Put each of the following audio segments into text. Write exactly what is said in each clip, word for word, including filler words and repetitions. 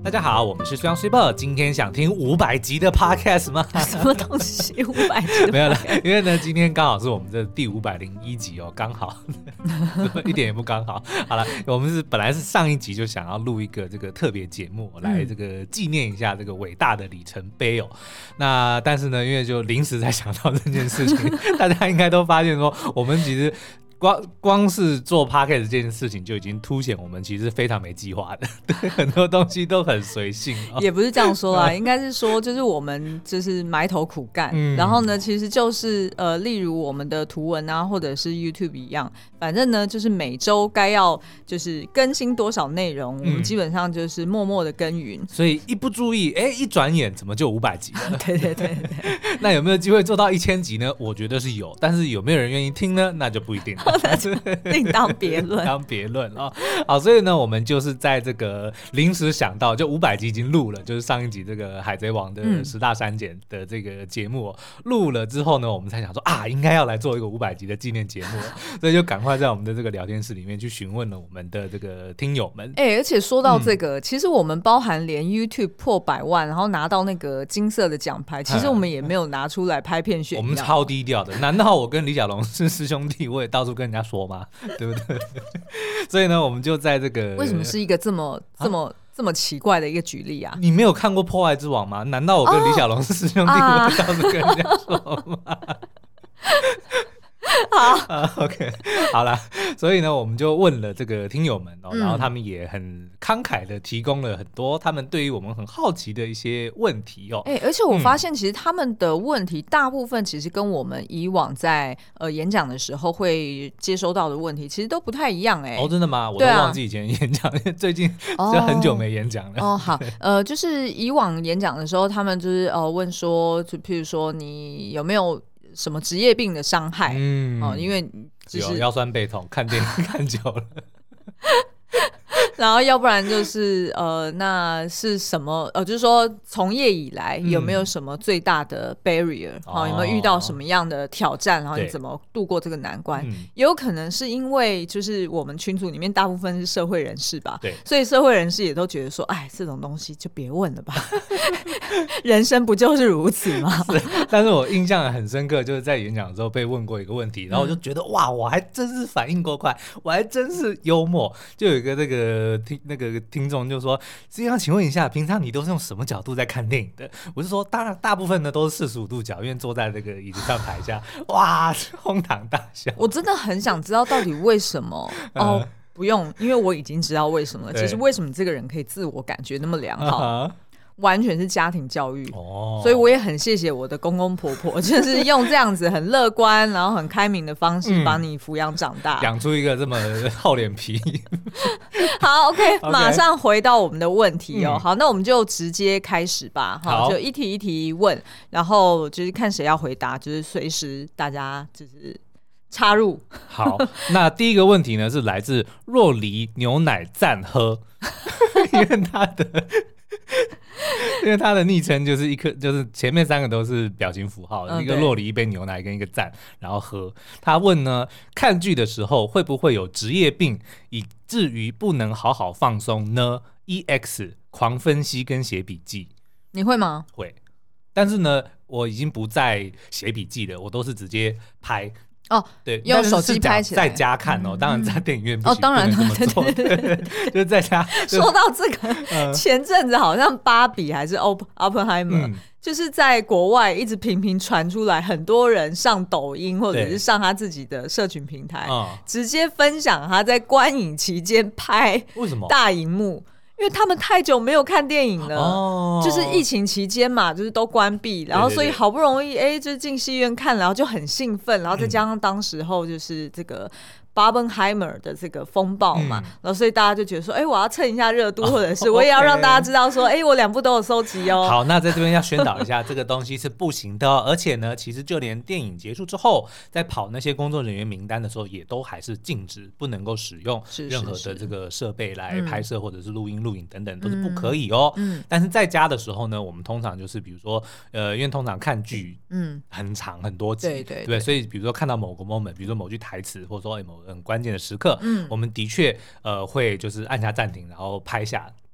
大家好，我们是虽阳虽报，今天想听五百集的 podcast 吗？ 什么东西五百集的 podcast？ 没有了，因为呢，今天刚好是我们这第五百零一集哦，刚好一点也不刚好。好了，我们是本来是上一集就想要录一个这个特别节目，来这个纪念一下这个伟大的里程碑哦。那但是呢，因为就临时才想到这件事情，大家应该都发现说，我们其实。光光是做 podcast 这件事情就已经凸显我们其实非常没计划的，对，很多东西都很随性、哦、 也不是这样说啦，应该是说就是我们就是埋头苦干、嗯、然后呢其实就是呃，例如我们的图文啊或者是 YouTube 一样，反正呢就是每周该要就是更新多少内容、嗯、我们基本上就是默默的耕耘， 所以一不注意哎，一转眼怎么就五百集了对对对对那有没有机会做到一千集呢？我觉得是有，但是有没有人愿意听呢？那就不一定了另当别论， 当别论哦。好，所以呢，我们就是在这个临时想到，就五百集已经录了，就是上一集这个《海贼王》的十大删减的这个节目、哦嗯、录了之后呢，我们才想说啊，应该要来做一个五百集的纪念节目、哦，所以就赶快在我们的这个聊天室里面去询问了我们的这个听友们。 哎、欸，而且说到这个、嗯，其实我们包含连 YouTube 破百万，然后拿到那个金色的奖牌，其实我们也没有拿出来拍片炫耀， 我们超低调的。难道我跟李小龙是师兄弟，我也到处跟人家说吗？对不对？所以呢，我们就在这个为什么是一个这么这么、啊、这么奇怪的一个举例啊？ 你没有看过《破坏之王》吗？难道我跟李小龙是师兄弟，哦、我到处跟人家说吗？啊好、 uh, ，OK， 好啦，所以呢，我们就问了这个听友们哦， 嗯、 然后他们也很慷慨的提供了很多他们对于我们很好奇的一些问题哦。 哎、欸，而且我发现其实他们的问题、嗯、大部分其实跟我们以往在呃演讲的时候会接收到的问题其实都不太一样哎、欸。 哦，真的吗？我都忘记以前演讲，因为最近就很久没演讲了。 哦，好，呃，就是以往演讲的时候，他们就是呃问说，就譬如说你有没有什么职业病的伤害？嗯，哦，因为就是有腰酸背痛，看电影看久了。 然后要不然就是呃，那是什么？呃，就是说从业以来有没有什么最大的 barrier？、嗯哦、有没有遇到什么样的挑战？然后你怎么度过这个难关？也有可能是因为就是我们群组里面大部分是社会人士吧，对，所以社会人士也都觉得说，哎，这种东西就别问了吧，人生不就是如此吗？ 是，但是我印象很深刻，就是在演讲的时候被问过一个问题，然后我就觉得、嗯、哇，我还真是反应够快，我还真是幽默，就有一个那个。听那个听众就说：“实际上，请问一下，平常你都是用什么角度在看电影的？”我就说：“当然，大部分呢都是四十五度角，因为坐在这个椅子上台下，哇，哄堂大笑。” 我真的很想知道到底为什么、嗯、哦，不用，因为我已经知道为什么了。其实为什么这个人可以自我感觉那么良好？uh-huh.完全是家庭教育、哦、所以我也很谢谢我的公公婆婆，就是用这样子很乐观然后很开明的方式把你抚养长大， 养、嗯、出一个这么厚脸皮好 okay, OK 马上回到我们的问题哦、嗯、好，那我们就直接开始吧，好，就一题一题问，然后就是看谁要回答，就是随时大家就是插入。 好，那第一个问题呢是来自若梨牛奶赞喝因为他的因为他的昵称就是一颗，就是前面三个都是表情符号、嗯、一个若梨一杯牛奶跟一个赞，然后喝。他问呢，看剧的时候会不会有职业病以至于不能好好放松呢 ？E X 狂分析跟写笔记， 你会吗？ 会，但是呢，我已经不再写笔记了，我都是直接拍。 哦， 对， 用手机拍起来， 在家看哦、嗯，当然在电影院不行， 哦，当然不能这么做，对对对对就是在家。 说到这个，嗯、前阵子好像芭比还是 Oppenheimer、嗯、就是在国外一直频频传出来，很多人上抖音或者是上他自己的社群平台，直接分享他在观影期间拍为什么大荧幕。因为他们太久没有看电影了、哦、就是疫情期间嘛，就是都关闭，然后所以好不容易哎，就进戏院看，然后就很兴奋，然后再加上当时候就是这个Barbenheimer 的这个风暴嘛、嗯、然后所以大家就觉得说哎，我要蹭一下热度、哦、或者是我也要让大家知道说哎、okay ，我两部都有收集哦。 好，那在这边要宣导一下这个东西是不行的、哦、而且呢其实就连电影结束之后在跑那些工作人员名单的时候也都还是禁止不能够使用任何的这个设备来拍摄或者是录音录影等等、嗯、都是不可以哦、嗯、但是在家的时候呢我们通常就是比如说呃，因为通常看剧嗯很长很多集，对对 对, 对，所以比如说看到某个 moment 比如说某句台词或者说某个很关键的时刻、嗯、我们的确呃会就是按下暂停然后拍下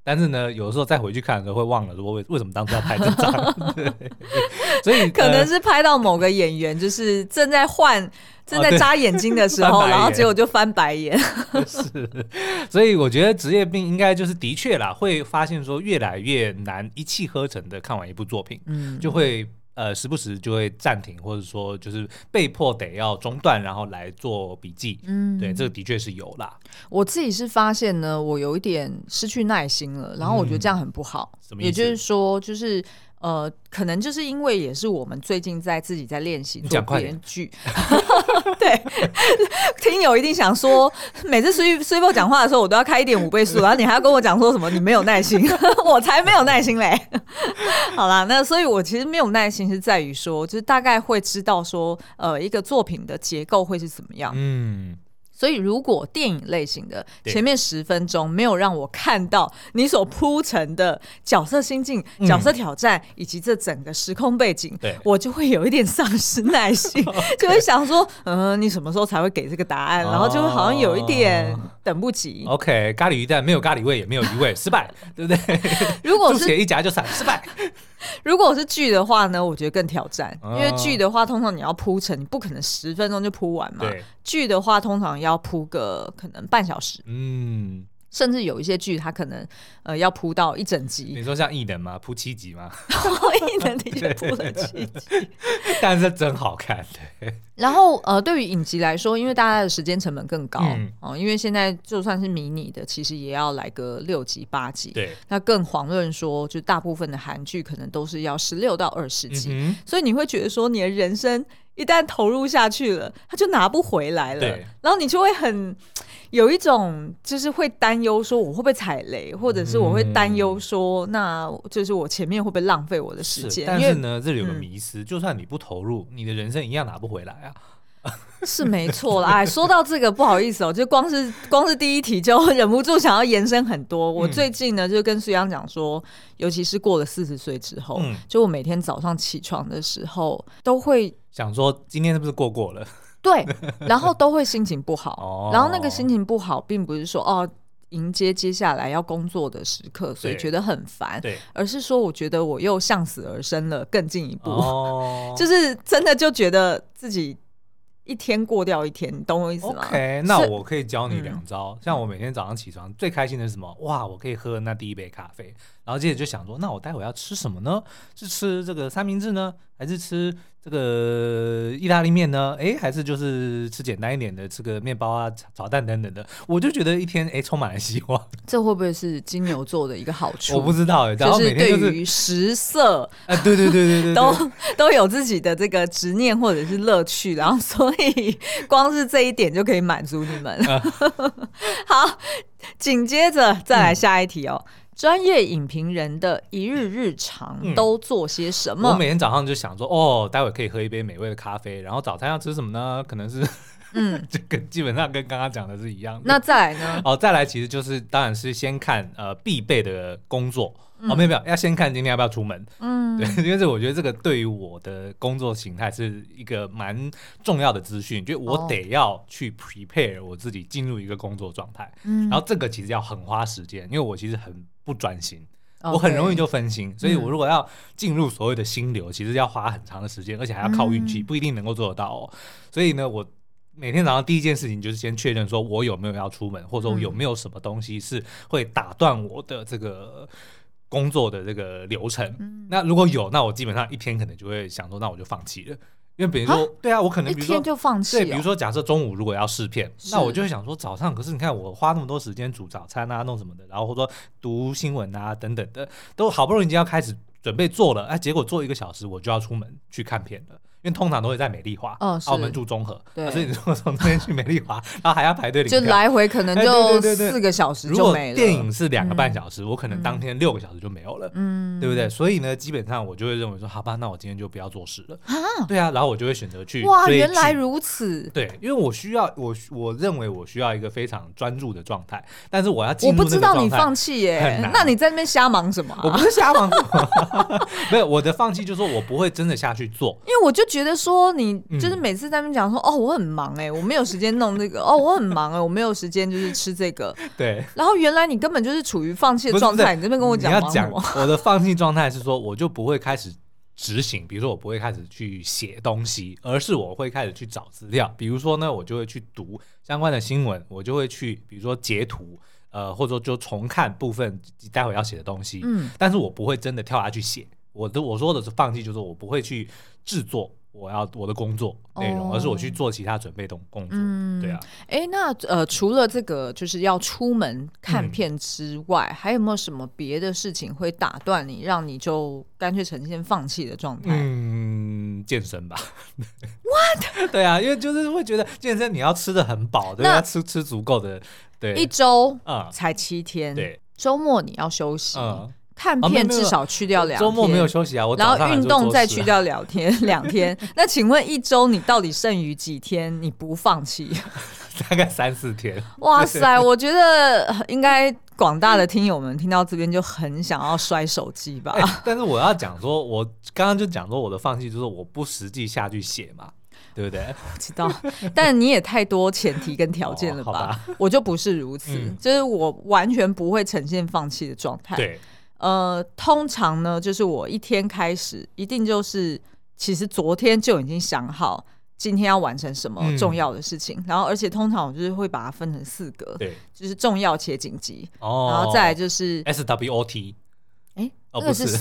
但是呢，有的时候再回去看的时候会忘了说为为什么当初要拍这张，对，所以可能是拍到某个演员就是正在换。正在眨眼睛的时候、哦、然后结果就翻白眼是，所以我觉得职业病应该就是的确啦，会发现说越来越难一气呵成的看完一部作品，嗯，就会呃时不时就会暂停，或者说就是被迫得要中断，然后来做笔记，嗯，对，这个的确是有啦。 我自己是发现呢，我有一点失去耐心了，然后我觉得这样很不好，嗯、什么意思？也就是说，就是呃，可能就是因为也是我们最近在自己在练习做编剧，对，听友一定想说，每次虽虽波讲话的时候，我都要开一点五倍速，然后你还要跟我讲说什么你没有耐心，我才没有耐心嘞。好啦，那所以我其实没有耐心是在于说，就是大概会知道说，呃，一个作品的结构会是怎么样，嗯。所以如果电影类型的前面十分钟没有让我看到你所铺陈的角色心境、嗯、角色挑战以及这整个时空背景，我就会有一点丧失耐心就会想说嗯，你什么时候才会给这个答案、哦、然后就会好像有一点等不及。 OK， 咖喱鱼蛋没有咖喱味也没有鱼味失败对不对？ 如果是猪血一夹就散失败。 如果是剧的话呢，我觉得更挑战、哦、因为剧的话通常你要铺陈，你不可能十分钟就铺完嘛，剧的话通常要铺个可能半小时，嗯，甚至有一些剧它可能呃要铺到一整集。 你说像异能吗？铺七集吗？ 异能的确铺了七集但是真好看。对， 然后呃，对于影集来说，因为大家的时间成本更高、嗯呃、因为现在就算是迷你的其实也要来个六集八集，对，那更遑论说就大部分的韩剧可能都是要十六到二十集、嗯、所以你会觉得说你的人生一旦投入下去了他就拿不回来了，然后你就会很有一种就是会担忧说我会不会踩雷，或者是我会担忧说、嗯、那就是我前面会不会浪费我的时间。 但是呢这里有个迷思、嗯、就算你不投入你的人生一样拿不回来啊。 是没错啦，哎，说到这个不好意思哦，就光是光是第一题就忍不住想要延伸很多。我最近呢就跟苏央讲说，尤其是过了四十岁之后、嗯，就我每天早上起床的时候都会想说今天是不是过过了？ 对，然后都会心情不好、哦、然后那个心情不好并不是说哦迎接接下来要工作的时刻所以觉得很烦，而是说我觉得我又向死而生了更进一步、哦、就是真的就觉得自己一天过掉一天，你懂我意思吗？ OK， 那我可以教你两招、嗯、像我每天早上起床最开心的是什么？哇，我可以喝那第一杯咖啡，然后接着就想说那我待会要吃什么呢？是吃这个三明治呢，还是吃这个意大利面呢？哎，还是就是吃简单一点的，吃个面包啊炒蛋等等的，我就觉得一天哎充满了希望。 这会不会是金牛座的一个好处？ 我不知道，然后每天、就是、 就是对于食色、 啊、对对对对 对, 对都都有自己的这个执念或者是乐趣，然后所以光是这一点就可以满足你们、啊、好，紧接着再来下一题哦、嗯，专业影评人的一日日常都做些什么、 嗯、我每天早上就想说哦待会可以喝一杯美味的咖啡，然后早餐要吃什么呢？可能是嗯，这个基本上跟刚刚讲的是一样的。 那再来呢？ 哦，再来其实就是当然是先看呃必备的工作、嗯、哦没有没有，要先看今天要不要出门。嗯，对，因为这我觉得这个对于我的工作形态是一个蛮重要的资讯，就我得要去 prepare 我自己进入一个工作状态。嗯，然后这个其实要很花时间，因为我其实很不专心。Okay, 我很容易就分心，所以我如果要进入所谓的心流、嗯、其实要花很长的时间，而且还要靠运气、嗯、不一定能够做得到哦。所以呢我每天早上第一件事情就是先确认说我有没有要出门，或者说我有没有什么东西是会打断我的这个工作的这个流程、嗯、那如果有，那我基本上一天可能就会想说那我就放弃了。因为比如说对啊，我可能比如说一天就放弃、哦、 对，比如说假设中午如果要试片，那我就会想说早上，可是你看我花那么多时间煮早餐啊弄什么的，然后或者说读新闻啊等等的，都好不容易已经要开始准备做了，哎，结果做一个小时我就要出门去看片了。因为通常都会在美丽华，哦，啊、我们住中和，对，所以你说从这边去美丽华，然后还要排队领票， 就来回可能就四个小时就没了。 如果电影是两个半小时、嗯，我可能当天六个小时就没有了，嗯，对不对？所以呢，基本上我就会认为说，好吧，那我今天就不要做事了。啊，对啊，然后我就会选择去追剧。 哇，原来如此。 对，因为我需要我我认为我需要一个非常专注的状态，但是我要进入那个状态， 我不知道你放弃耶，那你在那边瞎忙什么、啊？ 我不是瞎忙什么，没有，我的放弃就是说我不会真的下去做， 因为我就觉得说你就是每次在那边讲说、嗯、哦我很忙哎、欸，我没有时间弄这个哦我很忙哎、欸，我没有时间就是吃这个。 对， 然后原来你根本就是处于放弃的状态，你这边跟我讲你要讲我的放弃状态是说我就不会开始执行，比如说我不会开始去写东西，而是我会开始去找资料，比如说呢我就会去读相关的新闻，我就会去比如说截图呃，或者说就重看部分待会要写的东西，嗯，但是我不会真的跳下去写。我的我说的是放弃，就是我不会去制作我要我的工作内容、哦，而是我去做其他准备的工作。嗯，对啊。 哎，那呃，除了这个就是要出门看片之外、嗯，还有没有什么别的事情会打断你，让你就干脆呈现放弃的状态？ 嗯，健身吧。What？ 对啊，因为就是会觉得健身你要吃的很饱，对，要吃吃足够的。对， 一周才七天，对，周末你要休息。嗯，看片至少去掉两天， 周末没有休息啊，我然后运动再去掉两天，两天。那请问一周你到底剩余几天你不放弃？ 大概三四天。 哇塞，我觉得应该广大的听友们听到这边就很想要摔手机吧、 欸。但是我要讲说，我刚刚就讲说我的放弃就是我不实际下去写嘛。对不对？ 我知道，但你也太多前提跟条件了吧？哦、吧我就不是如此、嗯，就是我完全不会呈现放弃的状态。 对， 呃，通常呢，就是我一天开始，一定就是其实昨天就已经想好今天要完成什么重要的事情，嗯、然后而且通常我就是会把它分成四格， 对， 就是重要且紧急，哦、然后再来就是 S W O T， 哎、哦，那个是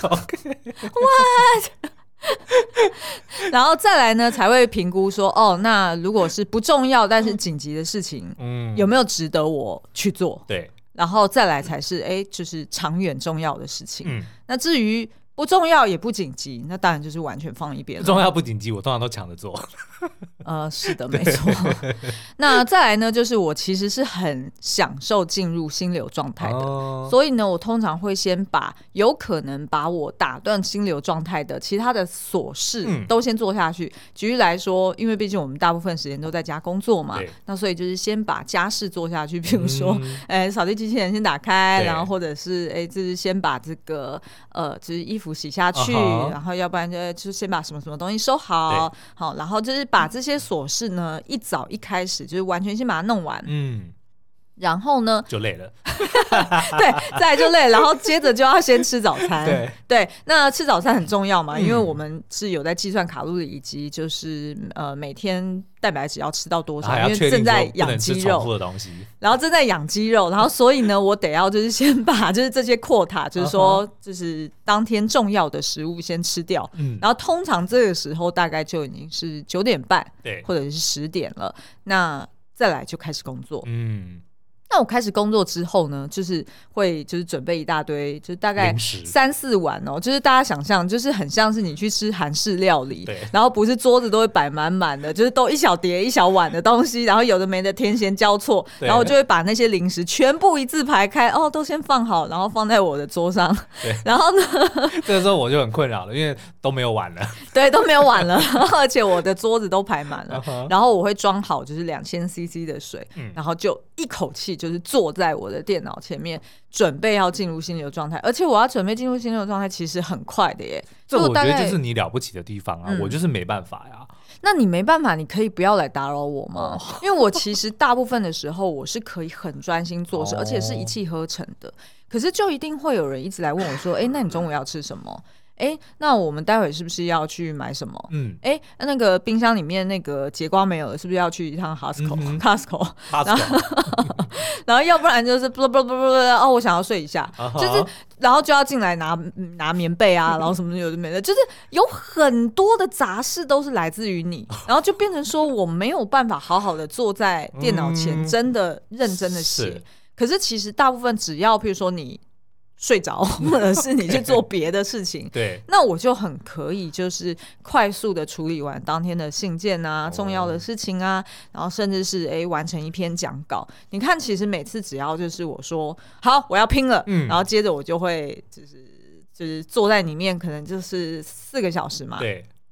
SWOT，What？然后再来呢，才会评估说，哦，那如果是不重要但是紧急的事情，嗯，有没有值得我去做？ 对， 然后再来才是，哎，就是长远重要的事情。嗯，那至于不重要也不紧急，那当然就是完全放一边了。 不重要不紧急，我通常都抢着做。 呃，是的，没错。那再来呢，就是我其实是很享受进入心流状态的、哦，所以呢，我通常会先把有可能把我打断心流状态的其他的琐事都先做下去。嗯、举例来说，因为毕竟我们大部分时间都在家工作嘛，那所以就是先把家事做下去，比如说，哎、嗯，扫地机器人先打开，然后或者是哎，就是先把这个呃，就是衣服洗下去， uh-huh. 然后要不然就就是先把什么什么东西收好，好，然后就是把这些琐事呢，一早一开始就是完全先把它弄完，嗯，然后呢就累了， 对，再来就累了，然后接着就要先吃早餐， 对对，那吃早餐很重要嘛，嗯、因为我们是有在计算卡路里以及就是呃每天蛋白质要吃到多少，因为正在养肌肉，然后正在养肌肉，然后所以呢，我得要就是先把就是这些quota，就是说就是当天重要的食物先吃掉，嗯，然后通常这个时候大概就已经是九点半， 对， 或者是十点了，那再来就开始工作，嗯。那我开始工作之后呢，就是会就是准备一大堆，就是大概三四碗哦，就是大家想象，就是很像是你去吃韩式料理，然后不是桌子都会摆满满的，就是都一小碟一小碗的东西，然后有的没的甜咸交错，然后我就会把那些零食全部一字排开，哦，都先放好，然后放在我的桌上，然后呢， 这个时候我就很困扰了，因为都没有碗了， 对，都没有碗了，而且我的桌子都排满了， uh-huh. 然后我会装好就是两千 C C 的水，嗯、然后就一口气。就是坐在我的电脑前面，准备要进入心流状态，而且我要准备进入心流状态，其实很快的耶。 这我觉得就是你了不起的地方啊，嗯、我就是没办法呀。 那你没办法，你可以不要来打扰我吗？哦、因为我其实大部分的时候，我是可以很专心做事，哦、而且是一气呵成的。可是就一定会有人一直来问我说：“哎、欸，那你中午要吃什么？”哎，那我们待会是不是要去买什么？嗯，哎，那个冰箱里面那个节瓜没有了，是不是要去一趟 Costco？Costco，、嗯、然后然后要不然就是不不不不哦，我想要睡一下， uh-huh. 就是然后就要进来拿拿棉被啊，然后什么有的没的，就是有很多的杂事都是来自于你，然后就变成说我没有办法好好的坐在电脑前，嗯、真的认真的写。可是其实大部分只要譬如说你睡着，或者是你去做别的事情， 对， 那我就很可以就是快速的处理完当天的信件啊、哦、重要的事情啊，然后甚至是哎完成一篇讲稿。你看，其实每次只要就是我说好我要拼了，嗯，然后接着我就会就是就是坐在里面，可能就是四个小时嘛， 对。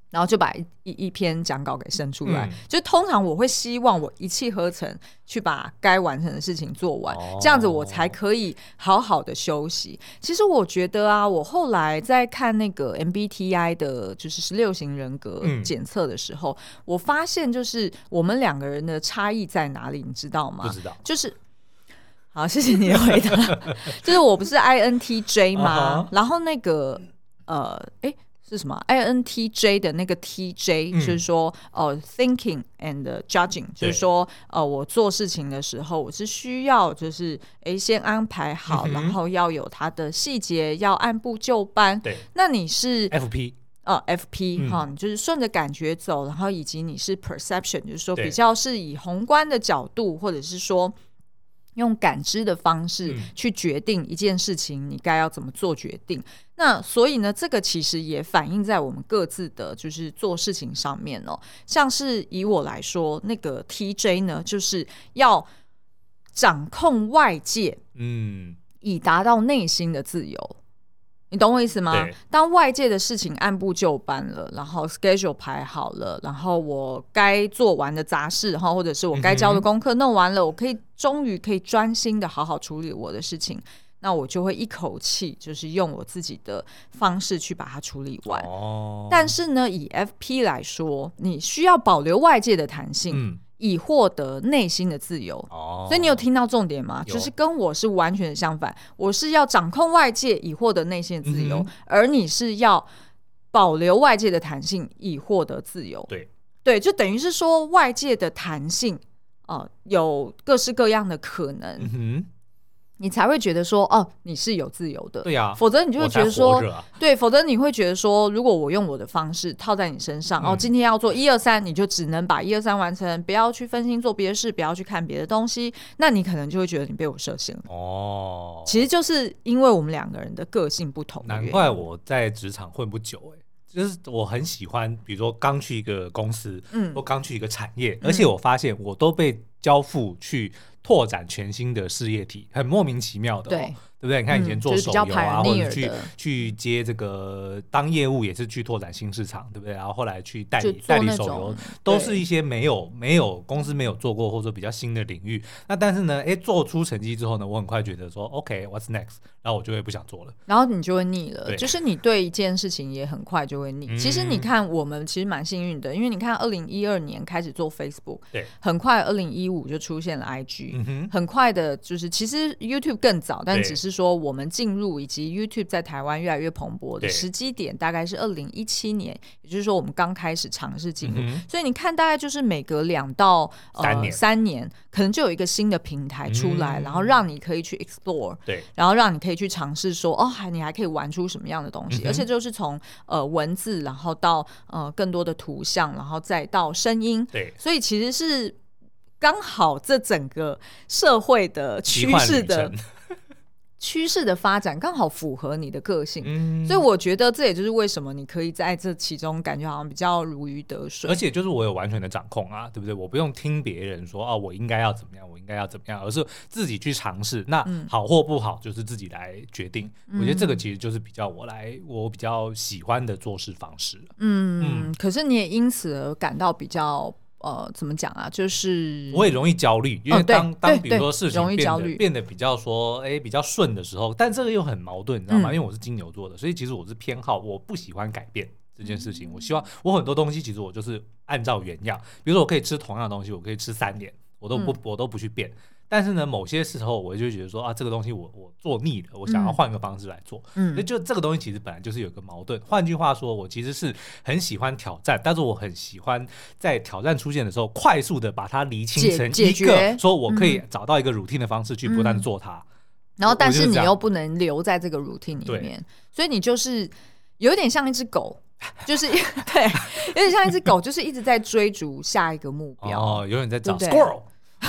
然后就把 一, 一篇讲稿给生出来、嗯、就通常我会希望我一气呵成去把该完成的事情做完、哦、这样子我才可以好好的休息。其实我觉得啊，我后来在看那个 M B T I 的就是十六型人格检测的时候、嗯、我发现就是我们两个人的差异在哪里你知道吗？ 不知道。 就是好，谢谢你的回答就是我不是 I N T J 吗、uh-huh. 然后那个呃哎是什么 I N T J 的那个 T J、嗯、就是说、呃、thinking and judging 就是说呃我做事情的时候我是需要就是诶先安排好、嗯、然后要有它的细节要按部就班。 对， 那你是 F P 呃 F P、嗯、你就是顺着感觉走，然后以及你是 perception 就是说比较是以宏观的角度或者是说用感知的方式去决定一件事情你该要怎么做决定、嗯、那所以呢这个其实也反映在我们各自的就是做事情上面哦。像是以我来说那个 T J 呢就是要掌控外界，嗯，以达到内心的自由。你懂我意思吗？当外界的事情按部就班了，然后 schedule 排好了，然后我该做完的杂事或者是我该交的功课弄完了、嗯、我可以终于可以专心的好好处理我的事情，那我就会一口气就是用我自己的方式去把它处理完、哦、但是呢以 F P 来说你需要保留外界的弹性、嗯，以获得内心的自由、哦、所以你有听到重点吗？就是跟我是完全的相反，我是要掌控外界以获得内心的自由、嗯、而你是要保留外界的弹性以获得自由。 对对，就等于是说外界的弹性、呃、有各式各样的可能、嗯哼，你才会觉得说哦你是有自由的。 对啊， 否则你就会觉得说、 啊、 对，否则你会觉得说如果我用我的方式套在你身上、嗯、哦今天要做一二三你就只能把一二三完成，不要去分心做别的事，不要去看别的东西，那你可能就会觉得你被我设限了。哦，其实就是因为我们两个人的个性不同的原因。 难怪我在职场混不久、欸、就是我很喜欢比如说刚去一个公司、嗯、或刚去一个产业、嗯、而且我发现我都被交付去拓展全新的事业体，很莫名其妙的、哦、对对不对？你看以前做手游啊、嗯、或者去去接这个当业务也是去拓展新市场，对不对？然后后来去代理代理手游，都是一些没有没有公司没有做过或者说比较新的领域。那但是呢，哎，做出成绩之后呢，我很快觉得说 OK what's next， 然后我就会不想做了， 然后你就会腻了，就是你对一件事情也很快就会腻、嗯、其实你看我们其实蛮幸运的，因为你看二零一二年开始做 Facebook， 对，很快二零一五就出现了 I G，、嗯、很快的就是其实 YouTube 更早，但只是说我们进入以及 YouTube 在台湾越来越蓬勃的时机点大概是二零一七年，也就是说我们刚开始尝试进入、嗯、所以你看大概就是每隔两到、呃、三, 年三年可能就有一个新的平台出来、嗯、然后让你可以去 explore， 对，然后让你可以去尝试说哦，你还可以玩出什么样的东西、嗯、而且就是从、呃、文字然后到、呃、更多的图像然后再到声音，对，所以其实是刚好这整个社会的趋势的趋势的发展刚好符合你的个性、嗯、所以我觉得这也就是为什么你可以在这其中感觉好像比较如鱼得水， 而且就是我有完全的掌控啊，对不对？我不用听别人说哦，我应该要怎么样，我应该要怎么样，而是自己去尝试，那好或不好就是自己来决定、嗯、我觉得这个其实就是比较我来我比较喜欢的做事方式。 嗯, 嗯可是你也因此而感到比较呃，怎么讲啊？就是我也容易焦虑，因为当、哦、当比如说事情变得变得比较说，哎，比较顺的时候，但这个又很矛盾，你知道吗？嗯、因为我是金牛座的，所以其实我是偏好，我不喜欢改变这件事情。我希望我很多东西，其实我就是按照原样。比如说，我可以吃同样的东西，我可以吃三年，我都不、嗯、我都不去变。但是呢，某些时候我就觉得说啊，这个东西我我做腻了，我想要换个方式来做。嗯，所以就这个东西其实本来就是有个矛盾。换句话说，我其实是很喜欢挑战，但是我很喜欢在挑战出现的时候，快速的把它厘清成一个，说我可以找到一个 routine 的方式去不断的做它。嗯、 然后，但是你又不能留在这个 routine 里面，所以你就是有点像一只狗。就是对，有点像一只狗，就是一直在追逐下一个目标。 哦，有点在找 squirrel。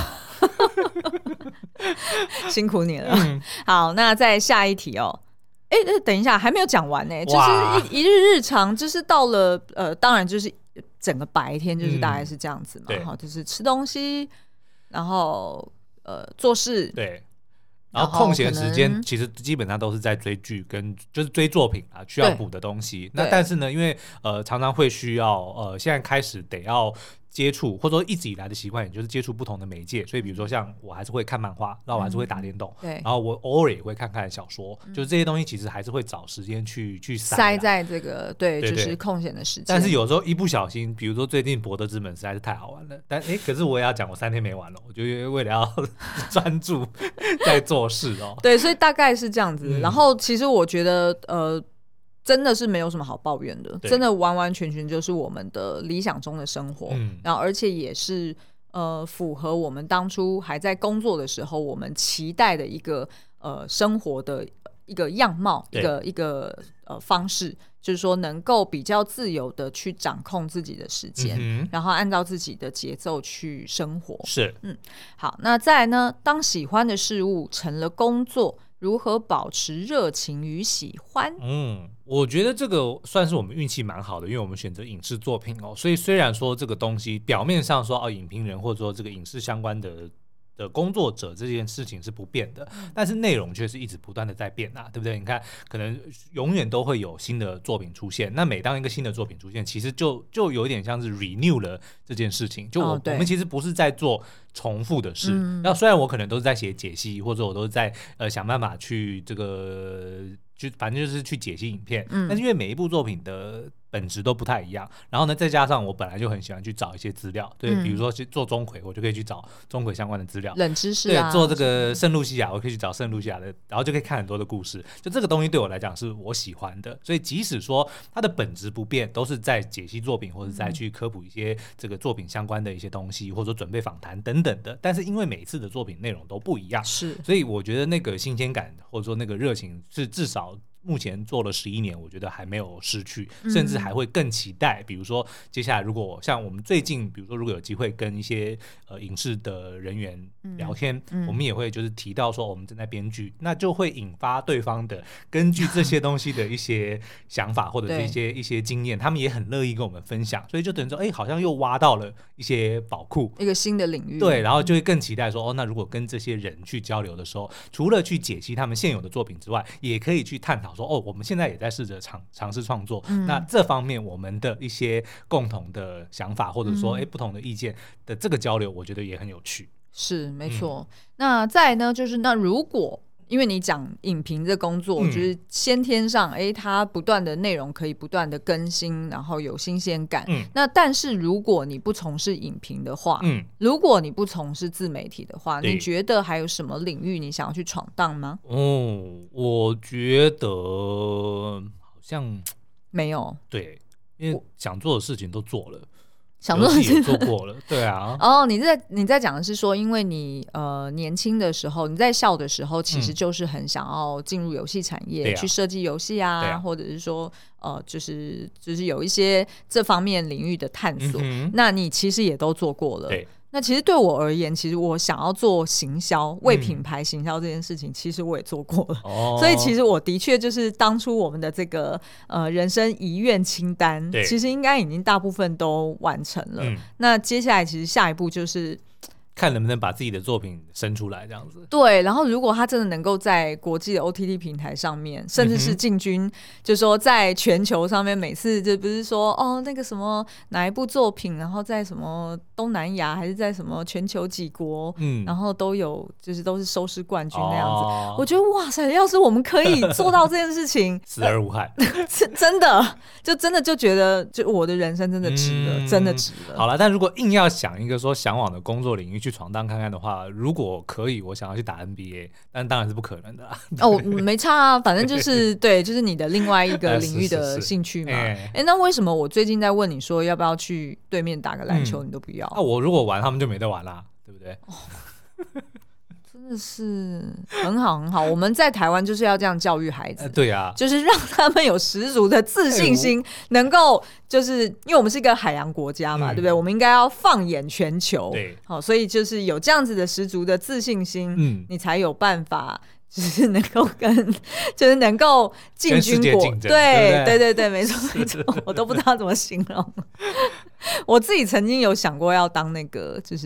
辛苦你了、嗯、好，那再下一题哦。哎，等一下还没有讲完呢，就是一一日日常，就是到了呃，当然就是整个白天就是大概是这样子嘛，嗯、就是吃东西，然后呃做事， 对， 然后空闲时间其实基本上都是在追剧跟就是追作品啊，需要补的东西。那但是呢，因为呃常常会需要呃现在开始得要接触，或者说一直以来的习惯，也就是接触不同的媒介。所以比如说像我还是会看漫画，然后我还是会打电动， 对， 然后我偶尔也会看看小说，嗯、就是这些东西其实还是会找时间去去塞塞在这个 对, 对, 对就是空闲的时间。 但是有时候一不小心，比如说最近《博德之门》实在是太好玩了，但哎，可是我也要讲，我三天没玩了，我就为了要专注在做事哦。 对，所以大概是这样子。嗯、然后其实我觉得呃。真的是没有什么好抱怨的，真的完完全全就是我们的理想中的生活，嗯、然后而且也是呃符合我们当初还在工作的时候我们期待的一个呃生活的一个样貌，一个一个呃方式，就是说能够比较自由的去掌控自己的时间，嗯、然后按照自己的节奏去生活。 是， 嗯，好，那再来呢？当喜欢的事物成了工作，如何保持热情与喜欢？ 嗯，我觉得这个算是我们运气蛮好的，因为我们选择影视作品哦，所以虽然说这个东西表面上说哦，影评人或者说这个影视相关的的工作者这件事情是不变的，但是内容却是一直不断的在变啊，对不对？你看，可能永远都会有新的作品出现。那每当一个新的作品出现，其实就就有点像是 renew 了这件事情。就我、哦、我们其实不是在做重复的事。那、嗯、虽然我可能都是在写解析，或者我都是在呃想办法去这个。就反正就是去解析影片，嗯、但是因为每一部作品的本质都不太一样，然后呢，再加上我本来就很喜欢去找一些资料，对，嗯、比如说去做钟馗，我就可以去找钟馗相关的资料， 冷知识啊， 对，做这个圣露西亚，我可以去找圣露西亚的，然后就可以看很多的故事。就这个东西对我来讲是我喜欢的，所以即使说它的本质不变，都是在解析作品或者在去科普一些这个作品相关的一些东西，或者说准备访谈等等的。但是因为每次的作品内容都不一样， 是， 所以我觉得那个新鲜感或者说那个热情是至少。目前做了十一年，我觉得还没有失去，甚至还会更期待。比如说，接下来如果像我们最近，比如说如果有机会跟一些呃影视的人员聊天，嗯嗯、我们也会就是提到说我们正在编剧，那就会引发对方的根据这些东西的一些想法或者是一些一些经验，他们也很乐意跟我们分享，所以就等于说，哎，好像又挖到了一些宝库， 一个新的领域。 对，然后就会更期待说，哦，那如果跟这些人去交流的时候，除了去解析他们现有的作品之外，也可以去探讨。说哦，我们现在也在试着尝尝试创作，嗯、那这方面我们的一些共同的想法，或者说哎、嗯、不同的意见的这个交流，我觉得也很有趣。 是没错。嗯、那再来呢，就是那如果因为你讲影评这工作，嗯、就是先天上哎，它不断的内容可以不断的更新，然后有新鲜感。嗯、那但是如果你不从事影评的话，嗯、如果你不从事自媒体的话，你觉得还有什么领域你想要去闯荡吗？ 哦，我觉得好像没有。 对，因为想做的事情都做了。 想做的也做过了，对啊。 哦，你在你在讲的是说，因为你呃年轻的时候，你在校的时候，其实就是很想要进入游戏产业，嗯、去设计游戏啊，啊或者是说呃，就是就是有一些这方面领域的探索。嗯、那你其实也都做过了。对。那其实对我而言，其实我想要做行销，为品牌行销这件事情，嗯、其实我也做过了。哦、所以其实我的确就是当初我们的这个呃人生遗愿清单，其实应该已经大部分都完成了。嗯、那接下来其实下一步就是看能不能把自己的作品生出来，这样子。 对，然后如果他真的能够在国际的 O T T 平台上面，甚至是进军，嗯、就是说在全球上面，每次就不是说哦那个什么哪一部作品，然后在什么东南亚还是在什么全球几国，嗯、然后都有就是都是收视冠军那样子。哦、我觉得哇塞，要是我们可以做到这件事情， 死而无憾， 是真的，就真的就觉得就我的人生真的值了，嗯、真的值了。 好了，但如果硬要想一个说向往的工作领域去闯荡看看的话，如果可以，我想要去打 N B A， 但当然是不可能的啦。 哦，没差啊，反正就是对，就是你的另外一个领域的兴趣嘛。哎、欸欸，那为什么我最近在问你说要不要去对面打个篮球，嗯、你都不要？ 那、啊、我如果玩，他们就没得玩啦，对不对？哦真的是很好很好，我们在台湾就是要这样教育孩子，呃、 对啊， 就是让他们有十足的自信心，能够就是因为我们是一个海洋国家嘛，嗯、对不对？我们应该要放眼全球，对，好，所以就是有这样子的十足的自信心，嗯，你才有办法。就是能够跟，就是能够进军国，对对对对对，没错没错，我都不知道怎么形容。我自己曾经有想过要当那个，就是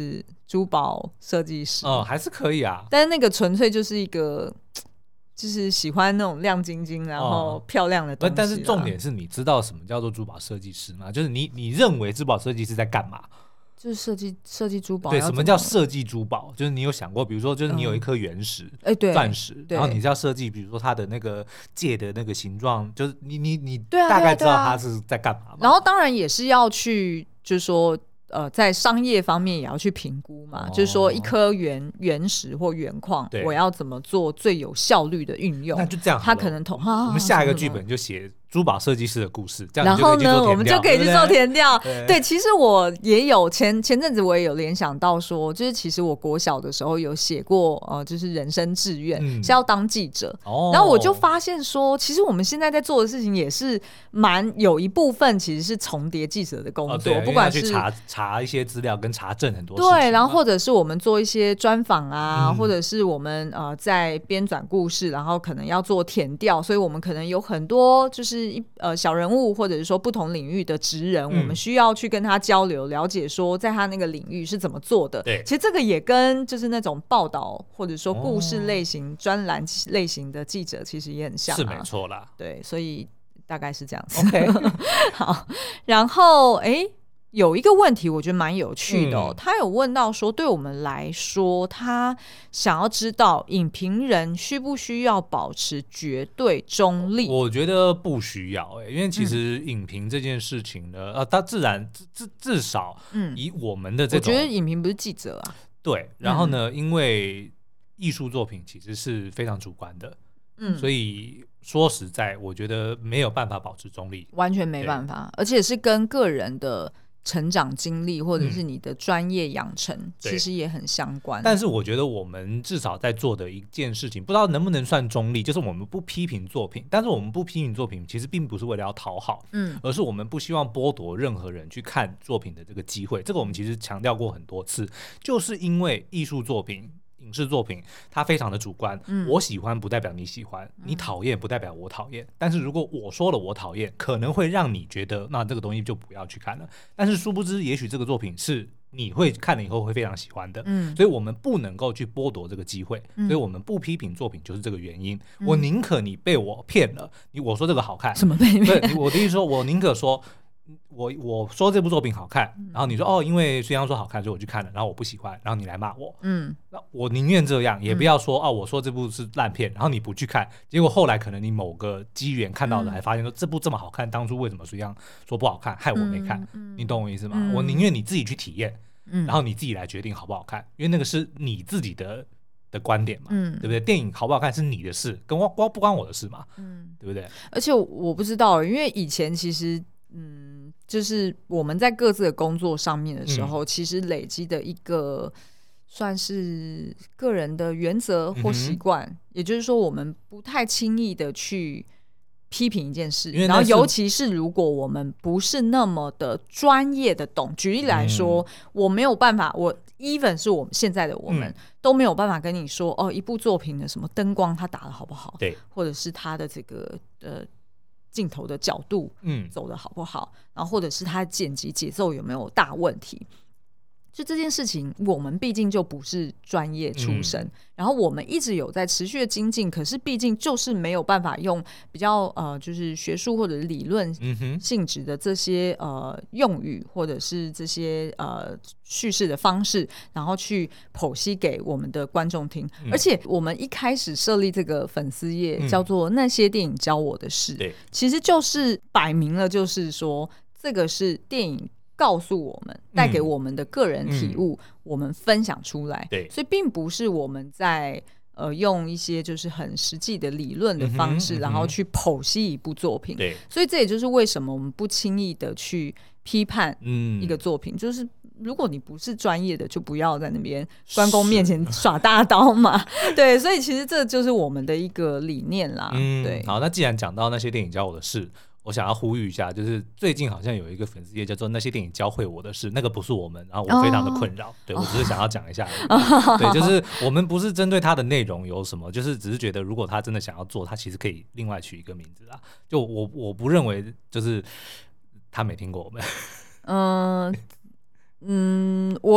珠宝设计师。 哦，还是可以啊， 但是那个纯粹就是一个就是喜欢那种亮晶晶然后漂亮的东西、哦、 但是重点是你知道什么叫做珠宝设计师吗？就是你你认为珠宝设计师在干嘛？ 就是设计设计珠宝。 对，什么叫设计珠宝？就是你有想过，比如说，就是你有一颗原石，哎、嗯，对，钻石，然后你是要设计，比如说它的那个戒的那个形状，就是你你你大概知道它是在干嘛吗？ 然后当然也是要去，就是说。呃，在商业方面也要去评估嘛、哦、就是说一颗原原石或原矿我要怎么做最有效率的运用。 那就这样好了， 他可能同、 啊、我们下一个剧本就写珠宝设计师的故事，这样然后呢我们就可以去做填调。 对, 对, 对，其实我也有前前阵子我也有联想到说，就是其实我国小的时候有写过呃，就是人生志愿、嗯、是要当记者、哦、然后我就发现说其实我们现在在做的事情也是蛮有一部分其实是重叠记者的工作、哦、不管是去查查一些资料跟查证很多事情， 对，然后或者是我们做一些专访啊、嗯、或者是我们呃在编纂故事，然后可能要做填调，所以我们可能有很多就是呃小人物或者是说不同领域的职人、嗯、我们需要去跟他交流，了解说在他那个领域是怎么做的。 对， 其实这个也跟就是那种报道或者说故事类型、专、哦、栏类型的记者其实也很像、啊、 是没错啦。 对，所以大概是这样子。 OK 好，然后哎有一个问题我觉得蛮有趣的、哦嗯、他有问到说对我们来说他想要知道影评人需不需要保持绝对中立。 我觉得不需要、欸、因为其实影评这件事情呢、嗯、呃，它自然 至, 至少以我们的这种、 嗯、我觉得影评不是记者啊。 对，然后呢、嗯、因为艺术作品其实是非常主观的，嗯，所以说实在我觉得没有办法保持中立， 完全没办法，而且是跟个人的成长经历或者是你的专业养成、嗯、其实也很相关。 但是我觉得我们至少在做的一件事情不知道能不能算中立，就是我们不批评作品，但是我们不批评作品其实并不是为了要讨好、嗯、而是我们不希望剥夺任何人去看作品的这个机会。这个我们其实强调过很多次，就是因为艺术作品影视作品它非常的主观、嗯、我喜欢不代表你喜欢、嗯、你讨厌不代表我讨厌，但是如果我说了我讨厌可能会让你觉得那这个东西就不要去看了，但是殊不知也许这个作品是你会看了以后会非常喜欢的、嗯、所以我们不能够去剥夺这个机会、嗯、所以我们不批评作品就是这个原因、嗯、我宁可你被我骗了，你我说这个好看， 什么被骗？ 对，我的意思说我宁可说我我说这部作品好看，然后你说哦，因为虽然说好看，所以我去看了，然后我不喜欢，然后你来骂我，嗯，那我宁愿这样，也不要说、嗯、哦，我说这部是烂片，然后你不去看，结果后来可能你某个机缘看到了，还发现说、嗯、这部这么好看，当初为什么虽然说不好看，害我没看，嗯、你懂我意思吗？嗯、我宁愿你自己去体验，嗯，然后你自己来决定好不好看，因为那个是你自己的的观点嘛，嗯，对不对？电影好不好看是你的事，跟我不关我的事嘛，嗯，对不对？ 而且我不知道，因为以前其实。嗯，就是我们在各自的工作上面的时候、嗯、其实累积的一个算是个人的原则或习惯、嗯、也就是说我们不太轻易的去批评一件事，然后尤其是如果我们不是那么的专业的懂，举例来说、嗯、我没有办法，我 even 是我们现在的我们、嗯、都没有办法跟你说哦，一部作品的什么灯光它打得好不好， 对， 或者是它的这个呃镜头的角度走的好不好、嗯、然后或者是它剪辑节奏有没有大问题，就这件事情我们毕竟就不是专业出身、嗯、然后我们一直有在持续的精进，可是毕竟就是没有办法用比较呃就是学术或者理论性质的这些呃用语或者是这些呃叙事的方式，然后去剖析给我们的观众听、嗯、而且我们一开始设立这个粉丝页、嗯、叫做那些电影教我的事， 对， 其实就是摆明了就是说这个是电影告诉我们带给我们的个人体悟、嗯、我们分享出来， 对， 所以并不是我们在呃用一些就是很实际的理论的方式、嗯、然后去剖析一部作品， 对， 所以这也就是为什么我们不轻易的去批判一个作品、嗯、就是如果你不是专业的就不要在那边关公面前耍大刀嘛对，所以其实这就是我们的一个理念啦、嗯、对。 好，那既然讲到那些电影教我的事，我想要呼吁一下，就是最近好像有一个粉丝页叫做那些电影教会我的事，那个不是我们，然后我非常的困扰、哦、对，我只是想要讲一下而已、哦、对，就是我们不是针对他的内容有什么，就是只是觉得如果他真的想要做，他其实可以另外取一个名字啦，就我我不认为就是他没听过我们嗯嗯，我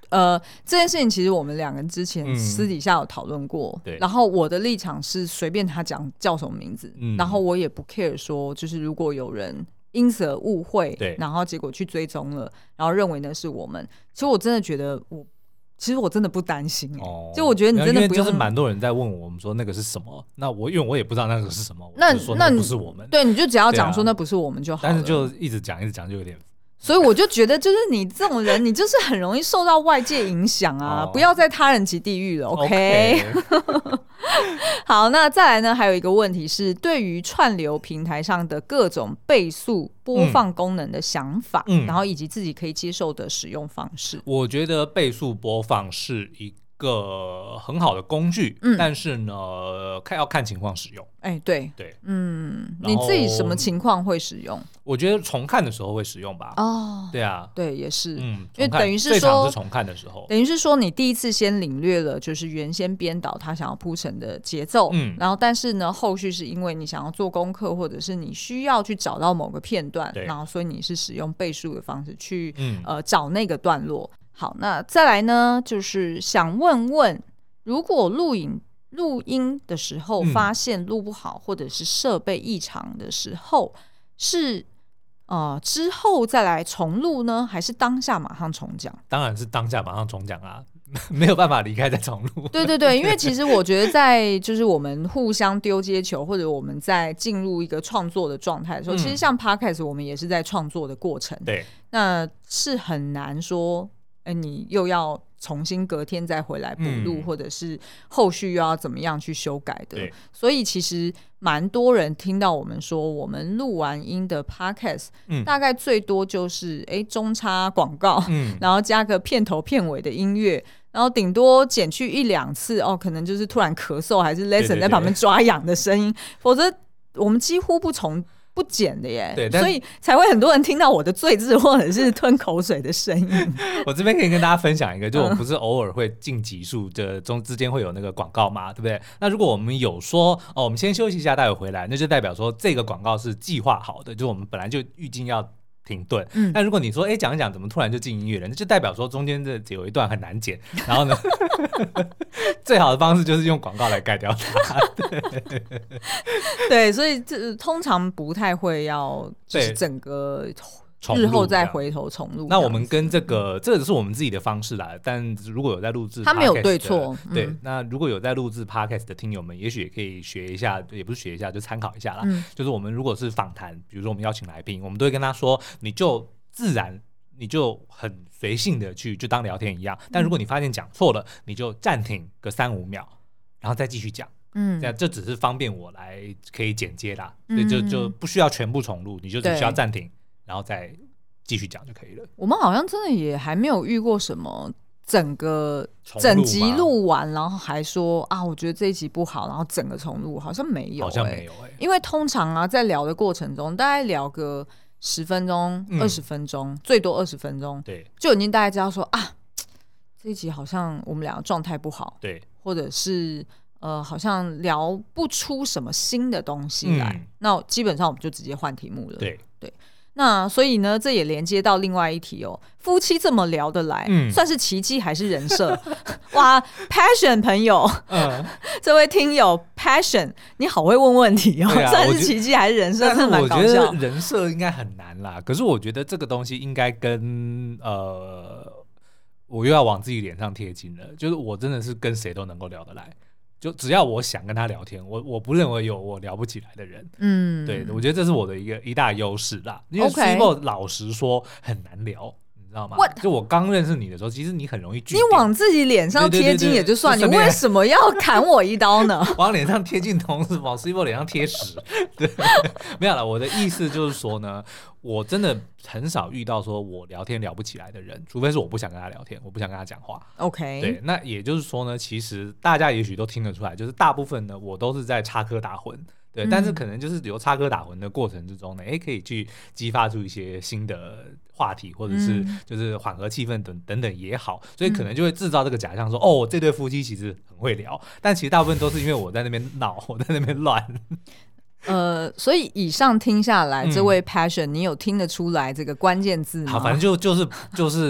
呃，这件事情其实我们两个人之前私底下有讨论过、嗯，然后我的立场是随便他讲叫什么名字、嗯，然后我也不 care 说，就是如果有人因此而误会，对，然后结果去追踪了，然后认为那是我们，其实我真的觉得我。其实我真的不担心、欸哦、就我觉得你真的不用， 就是蛮多人在问我们说那个是什么，那我因为我也不知道那个是什么，那我就说那不是我们， 对，你就只要讲说那不是我们就好了、啊、 但是就一直讲一直讲就有点， 所以我就觉得就是你这种人你就是很容易受到外界影响啊、哦、不要在他人即地狱了 OK, okay. 好，那再来呢还有一个问题是对于串流平台上的各种倍速播放功能的想法、嗯、然后以及自己可以接受的使用方式。 我觉得倍速播放是一个很好的工具、嗯、但是呢看要看情况使用。 哎、欸，对对， 嗯，你自己什么情况会使用？ 我觉得重看的时候会使用吧。 哦， 对啊， 对，也是， 嗯， 因为等于是说， 最常是重看的时候， 等于是说你第一次先领略了就是原先编导他想要铺陈的节奏，嗯，然后但是呢，后续是因为你想要做功课，或者是你需要去找到某个片段，然后所以你是使用倍数的方式去、嗯、呃找那个段落。好，那再来呢，就是想问问，如果录影。录音的时候发现录不好、嗯、或者是设备异常的时候是呃之后再来重录呢还是当下马上重讲？ 当然是当下马上重讲啊，没有办法离开再重录。 对对对，因为其实我觉得在就是我们互相丢接球或者我们在进入一个创作的状态的时候、嗯、其实像 Podcast 我们也是在创作的过程， 对， 那是很难说哎，你又要重新隔天再回来补录、嗯、或者是后续又要怎么样去修改的，所以其实蛮多人听到我们说我们录完音的 podcast、嗯、大概最多就是哎中插广告、嗯、然后加个片头片尾的音乐，然后顶多剪去一两次哦，可能就是突然咳嗽还是 lesson 在旁边抓痒的声音，否则我们几乎不重不剪的耶，对，所以才会很多人听到我的醉字或者是吞口水的声音。 我这边可以跟大家分享一个，就我们不是偶尔会进集数的中之间会有那个广告嘛，对不对？那如果我们有说哦，我们先休息一下，待会回来，那就代表说这个广告是计划好的，就是我们本来就预计要停顿。嗯，但如果你说哎讲一讲怎么突然就进音乐了，那就代表说中间这有一段很难剪，然后呢最好的方式就是用广告来盖掉它。对, 对，所以这通常不太会要就是整个日后再回头重录。 那我们跟这个这个是我们自己的方式啦，但如果有在录制 podcast 的， 他没有对错、 嗯、对，那如果有在录制 podcast 的听友们也许也可以学一下，也不是学一下就参考一下啦、嗯、就是我们如果是访谈，比如说我们邀请来宾，我们都会跟他说你就自然你就很随性的去就当聊天一样，但如果你发现讲错了，你就暂停个三五秒然后再继续讲，嗯，这样这只是方便我来可以剪接啦，所以就就不需要全部重录，你就只需要暂停然后再继续讲就可以了。 我们好像真的也还没有遇过什么整个整集录完然后还说啊我觉得这一集不好然后整个重录，好像没有、欸、 好像没有、欸、 因为通常啊在聊的过程中大概聊个十分钟二十分钟、嗯、最多二十分钟，对，就已经大概知道说啊这一集好像我们两个状态不好，对，或者是呃好像聊不出什么新的东西来、嗯、那基本上我们就直接换题目了，对对。那所以呢这也连接到另外一题哦，夫妻这么聊得来、嗯、算是奇迹还是人设？哇 Passion 朋友、嗯、这位听友 Passion 你好会问问题哦、啊、算是奇迹还是人设？ 但是我觉得人设应该很难啦，可是我觉得这个东西应该跟呃我又要往自己脸上贴金了，就是我真的是跟谁都能够聊得来，就只要我想跟他聊天，我我不认为有我聊不起来的人。嗯，对，我觉得这是我的一个一大优势啦。因为 Cibo 老实说很难聊，你知道吗？就我刚认识你的时候，其实你很容易拒绝。 你往自己脸上贴金也就算，对对对对，你为什么要砍我一刀呢？ 往脸上贴金同时往 Cibo 脸上贴屎。对，没有啦，我的意思就是说呢，我真的很少遇到说我聊天聊不起来的人，除非是我不想跟他聊天，我不想跟他讲话。OK， 对，那也就是说呢，其实大家也许都听得出来，就是大部分呢我都是在插科打诨，对、嗯，但是可能就是由插科打诨的过程之中呢，哎，可以去激发出一些新的话题，或者是就是缓和气氛等等等也好，所以可能就会制造这个假象说，哦，这对夫妻其实很会聊，但其实大部分都是因为我在那边闹，我在那边乱。 呃，所以以上听下来、嗯、这位 Passion 你有听得出来这个关键字吗？ 好，反正就就是就是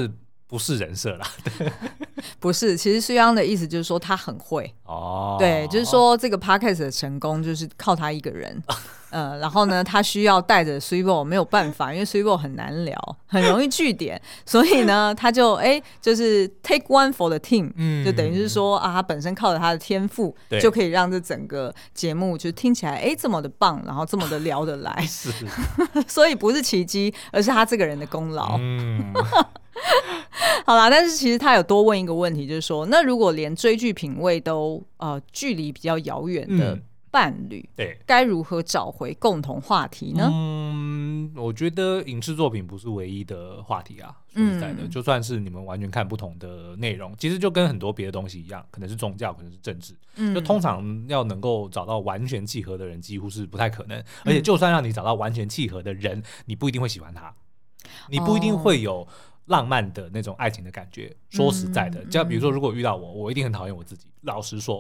不是人设啦。 不是，其实苏央的意思就是说他很会哦，对，就是说这个 podcast 的成功就是靠他一个人。呃，然后呢，他需要带着 Swibo 没有办法，因为 Swibo 很难聊，很容易据点，所以呢，他就哎，就是 take one for the team，嗯，就等于是说啊，他本身靠着他的天赋，就可以让这整个节目就听起来哎这么的棒，然后这么的聊得来，是，所以不是奇迹，而是他这个人的功劳。嗯。好啦，但是其实他有多问一个问题，就是说，那如果连追剧品味都呃距离比较遥远的。嗯伴侣对，该如何找回共同话题呢？ 嗯，我觉得影视作品不是唯一的话题啊。说实在的，嗯、就算是你们完全看不同的内容，其实就跟很多别的东西一样，可能是宗教，可能是政治。嗯，就通常要能够找到完全契合的人，几乎是不太可能。而且，就算让你找到完全契合的人，你不一定会喜欢他，你不一定会有浪漫的那种爱情的感觉。哦、说实在的，就比如说，如果遇到我，我一定很讨厌我自己。老实说。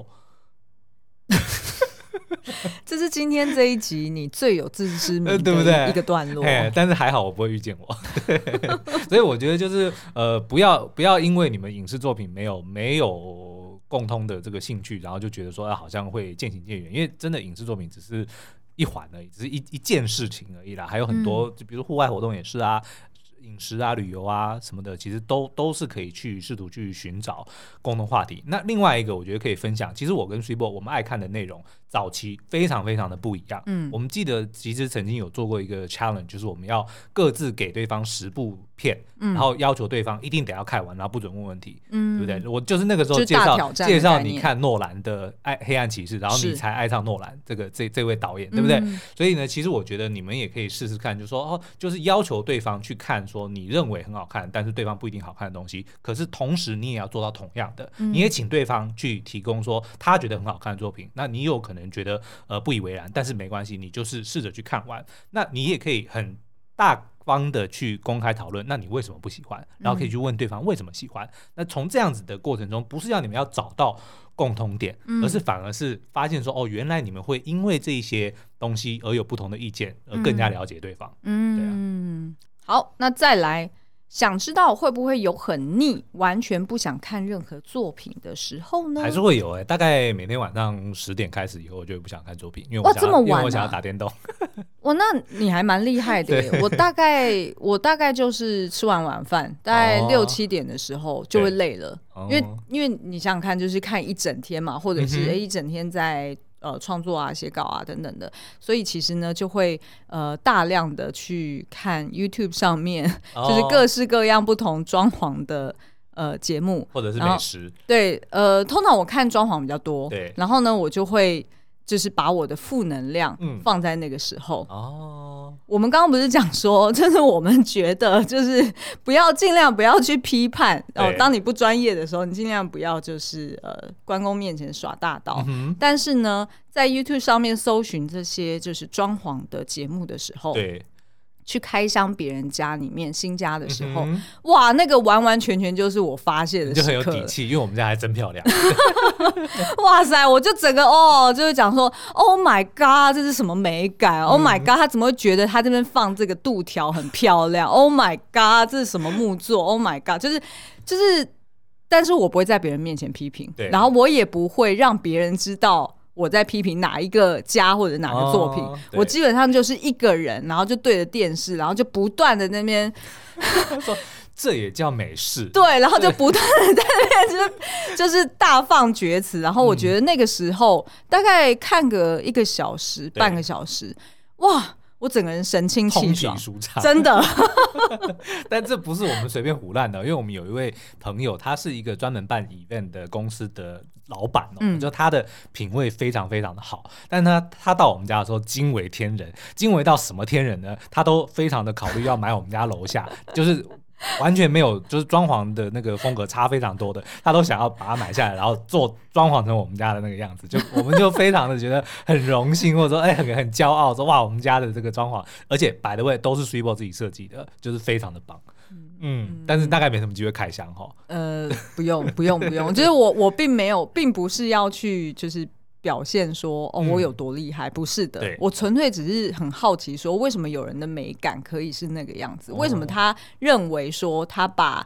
这是今天这一集你最有自知之明的一个段落， 对不对？但是还好我不会遇见我，所以我觉得就是呃，不要不要因为你们影视作品没有没有共通的这个兴趣，然后就觉得说、啊、好像会渐行渐远，因为真的影视作品只是一环而已，只是一一件事情而已啦，还有很多，就比如户外活动也是啊。饮食啊、旅游啊什么的，其实都都是可以去试图去寻找共同话题。那另外一个，我觉得可以分享，其实我跟 Swibo 我们爱看的内容，早期非常非常的不一样。嗯，我们记得其实曾经有做过一个 challenge， 就是我们要各自给对方十部片，嗯、然后要求对方一定得要看完，然后不准问问题，嗯，对不对？我就是那个时候介绍介绍你看诺兰的《黑暗骑士》，然后你才爱上诺兰这个这这位导演，对不对？嗯、所以呢，其实我觉得你们也可以试试看，就是说哦，就是要求对方去看说。说你认为很好看，但是对方不一定好看的东西，可是同时你也要做到同样的，嗯、你也请对方去提供说他觉得很好看的作品，那你有可能觉得呃不以为然，但是没关系，你就是试着去看完，那你也可以很大方的去公开讨论，那你为什么不喜欢？然后可以去问对方为什么喜欢。嗯、那从这样子的过程中，不是要你们要找到共同点，嗯、而是反而是发现说，哦，原来你们会因为这一些东西而有不同的意见，而更加了解对方。嗯，对啊。 好，那再来，想知道会不会有很腻，完全不想看任何作品的时候呢？ 还是会有哎、欸，大概每天晚上十点开始以后，我就不想看作品，因为我想要，哇，这么晚啊、因为我想要打电动。 哇，那你还蛮厉害的耶！我大概我大概就是吃完晚饭，大概六七点的时候就会累了，哦、因为因为你想想看，就是看一整天嘛，或者是、嗯、一整天在。呃，创作啊、写稿啊等等的，所以其实呢，就会呃大量的去看 YouTube 上面，哦、就是各式各样不同装潢的呃节目， 或者是美食。 对，呃，通常我看装潢比较多，对，然后呢，我就会就是把我的负能量放在那个时候。嗯、哦，我们刚刚不是讲说，就是我们觉得就是不要尽量不要去批判哦，当你不专业的时候，你尽量不要就是呃关公面前耍大刀。嗯、但是呢，在 YouTube 上面搜寻这些就是装潢的节目的时候，对。去开箱别人家里面新家的时候，嗯、哇，那个完完全全就是我发泄的时刻， 就很有底气，因为我们家还真漂亮。 哇塞，我就整个哦，就是讲说 ，Oh my God， 这是什么美感、嗯、？Oh my God， 他怎么会觉得他这边放这个镀条很漂亮 ？Oh my God， 这是什么木作 ？Oh my God， 就是就是，但是我不会在别人面前批评，然后我也不会让别人知道。我在批评哪一个家或者哪个作品、哦、我基本上就是一个人，然后就对着电视，然后就不断的那边说这也叫美式， 对，然后就不断的在那边就是就是大放厥词，然后我觉得那个时候、嗯、大概看个一个小时半个小时，哇，我整个人神清气爽，真的。 但这不是我们随便胡乱的，因为我们有一位朋友，他是一个专门办 event 的公司的老板哦，嗯、就他的品味非常非常的好。但他他到我们家的时候惊为天人，惊为到什么天人呢？他都非常的考虑要买我们家楼下，就是完全没有，就是装潢的那个风格差非常多的，他都想要把它买下来，然后做装潢成我们家的那个样子。就我们就非常的觉得很荣幸，或者说哎、欸、很很骄傲，说哇我们家的这个装潢，而且by the way都是 Swibo 自己设计的，就是非常的棒。嗯，但是大概没什么机会开箱哈。 呃，不用不用不用，就是我我并没有，并不是要去就是表现说哦我有多厉害，嗯、不是的，我纯粹只是很好奇说为什么有人的美感可以是那个样子，哦、为什么他认为说他把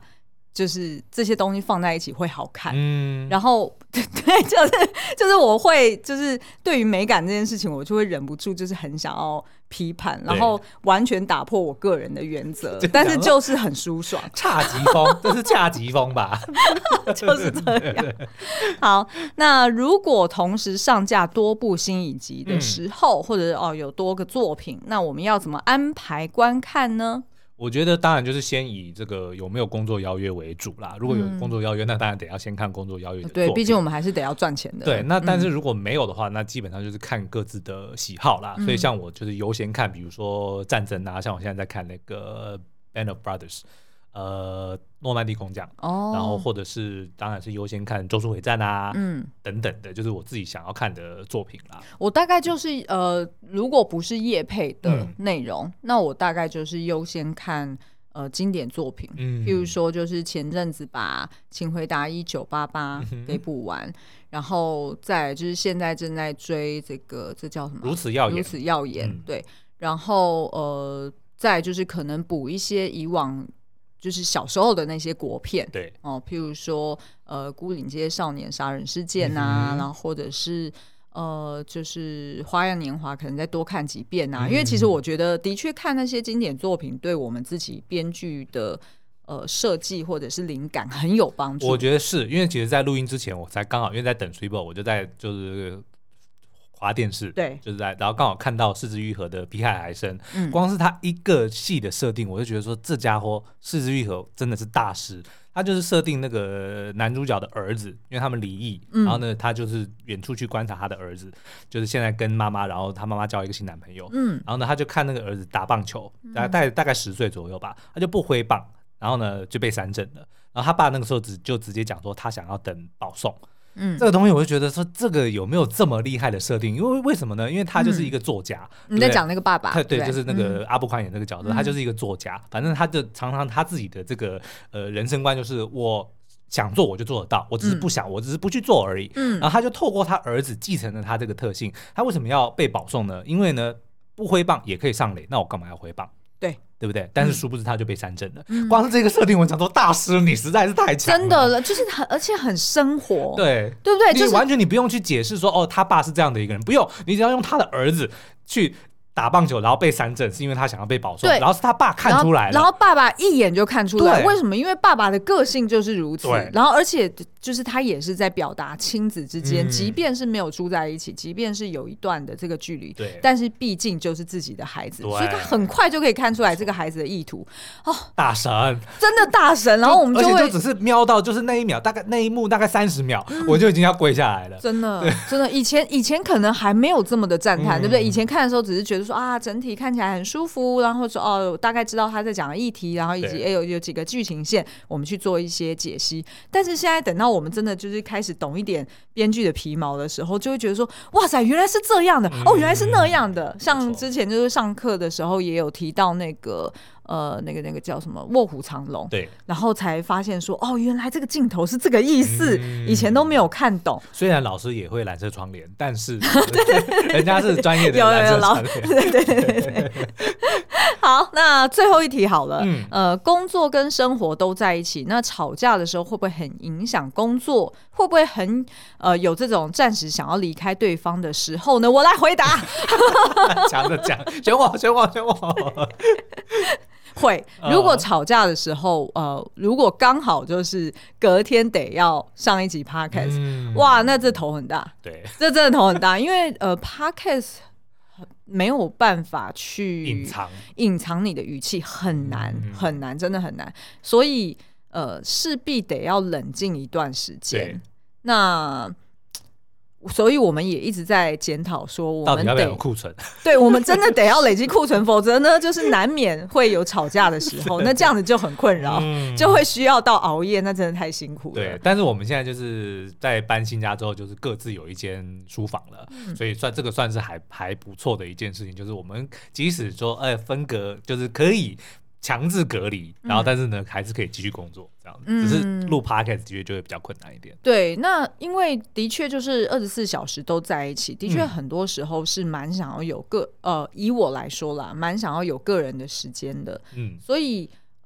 就是这些东西放在一起会好看，嗯，然后对，就是就是我会就是对于美感这件事情，我就会忍不住就是很想要批判，然后完全打破我个人的原则，但是就是很舒爽， 侘寂风，这是侘寂风吧？ 就是这样。好，那如果同时上架多部新影集的时候，嗯、或者哦有多个作品，那我们要怎么安排观看呢？ 我觉得当然就是先以这个有没有工作邀约为主啦。如果有工作邀约，嗯、那当然得要先看工作邀约的作品。 对，毕竟我们还是得要赚钱的。 对，那但是如果没有的话，嗯、那基本上就是看各自的喜好啦。嗯、所以像我就是优先看，比如说战争啊，像我现在在看那个《Band of Brothers》。呃，诺曼底工匠，哦，然后或者是当然是优先看《咒术回战》啊，嗯，等等的，就是我自己想要看的作品啦。 我大概就是呃，如果不是业配的内容，嗯、那我大概就是优先看呃经典作品，嗯，譬如说就是前阵子把《请回答一九八八》给补完，嗯、然后再来就是现在正在追这个这叫什么？ 如此耀眼， 如此耀眼，嗯、对，然后呃，再来就是可能补一些以往。就是小时候的那些国片， 对哦，譬如说呃《牯岭街少年杀人事件》啊，嗯、然后或者是呃就是《花样年华》，可能再多看几遍啊。嗯、因为其实我觉得，的确看那些经典作品，对我们自己编剧的呃设计或者是灵感很有帮助。 我觉得是因为其实，在录音之前，我才刚好因为在等 Triple， 我就在就是滑电视， 对， 就是在，然后刚好看到是枝裕和的《比海还深》，嗯，光是他一个戏的设定，我就觉得说这家伙是枝裕和真的是大师。他就是设定那个男主角的儿子，因为他们离异，嗯、然后呢，他就是远处去观察他的儿子，就是现在跟妈妈，然后他妈妈交一个新男朋友，嗯，然后呢，他就看那个儿子打棒球，大概大概十岁左右吧，他就不挥棒，然后呢就被三振了，然后他爸那个时候只就直接讲说他想要等保送。嗯，这个东西我就觉得说，这个有没有这么厉害的设定？因为为什么呢？因为他就是一个作家。 嗯、你在讲那个爸爸， 对对，就是那个阿布宽演那个角色，嗯、他就是一个作家。反正他就常常他自己的这个呃人生观就是我想做我就做得到，我只是不想，嗯、我只是不去做而已。嗯，然后他就透过他儿子继承了他这个特性。他为什么要被保送呢？因为呢不挥棒也可以上垒，那我干嘛要挥棒？ 对。 对不对？但是殊不知他就被三振了。嗯、光是这个设定，我想说大师你实在是太强了， 真的，就是很而且很生活， 对对不对？ 你完全你不用去解释说哦，他爸是这样的一个人，不用，你只要用他的儿子去打棒球，然后被三振，是因为他想要被保送，然后是他爸看出来了， 然后，然后爸爸一眼就看出来，为什么？因为爸爸的个性就是如此，然后而且就是他也是在表达亲子之间，嗯、即便是没有住在一起，即便是有一段的这个距离，但是毕竟就是自己的孩子，所以他很快就可以看出来这个孩子的意图。哦， 大神， 真的大神！然后我们就会， 而且就只是瞄到，就是那一秒，大概那一幕大概三十秒，嗯、我就已经要跪下来了。 真的，真的，以前以前可能还没有这么的赞叹，嗯、对不对？以前看的时候只是觉得说啊，整体看起来很舒服，然后说哦，大概知道他在讲的议题，然后以及哎有有几个剧情线，我们去做一些解析。但是现在等到我们真的就是开始懂一点编剧的皮毛的时候，就会觉得说哇塞，原来是这样的，嗯、哦，原来是那样的。像之前就是上课的时候也有提到那个。呃，那个那个叫什么《卧虎藏龙》， 对， 然后才发现说，哦，原来这个镜头是这个意思，嗯、以前都没有看懂。 虽然老师也会蓝色窗帘，但是人家是专业的蓝色窗帘。 对对对对对。好，那最后一题好了，嗯、呃，工作跟生活都在一起，那吵架的时候会不会很影响工作？会不会很呃有这种暂时想要离开对方的时候呢？我来回答。 讲着讲，选我，选我，选我。 会，如果吵架的时候，呃，如果刚好就是隔天得要上一集 podcast，、嗯、哇，那这头很大， 对， 这真的头很大，因为呃 podcast 没有办法去隐藏隐藏你的语气，很难、嗯、很难，真的很难，所以呃势必得要冷静一段时间。那所以我们也一直在检讨说我们得到底要不要有库存， 对，我们真的得要累积库存，否则呢就是难免会有吵架的时候，那这样子就很困扰、嗯、就会需要到熬夜，那真的太辛苦了。 对，但是我们现在就是在搬新家之后，就是各自有一间书房了、嗯、所以算这个算是还还不错的一件事情，就是我们即使说哎分隔，就是可以强制隔离，然后但是呢、嗯、还是可以继续工作这样子、嗯、只是录 podcast 的确就会比较困难一点。 对，那因为的确就是二十四小时都在一起，的确很多时候是蛮想要有个、嗯、呃以我来说啦，蛮想要有个人的时间的。嗯，所以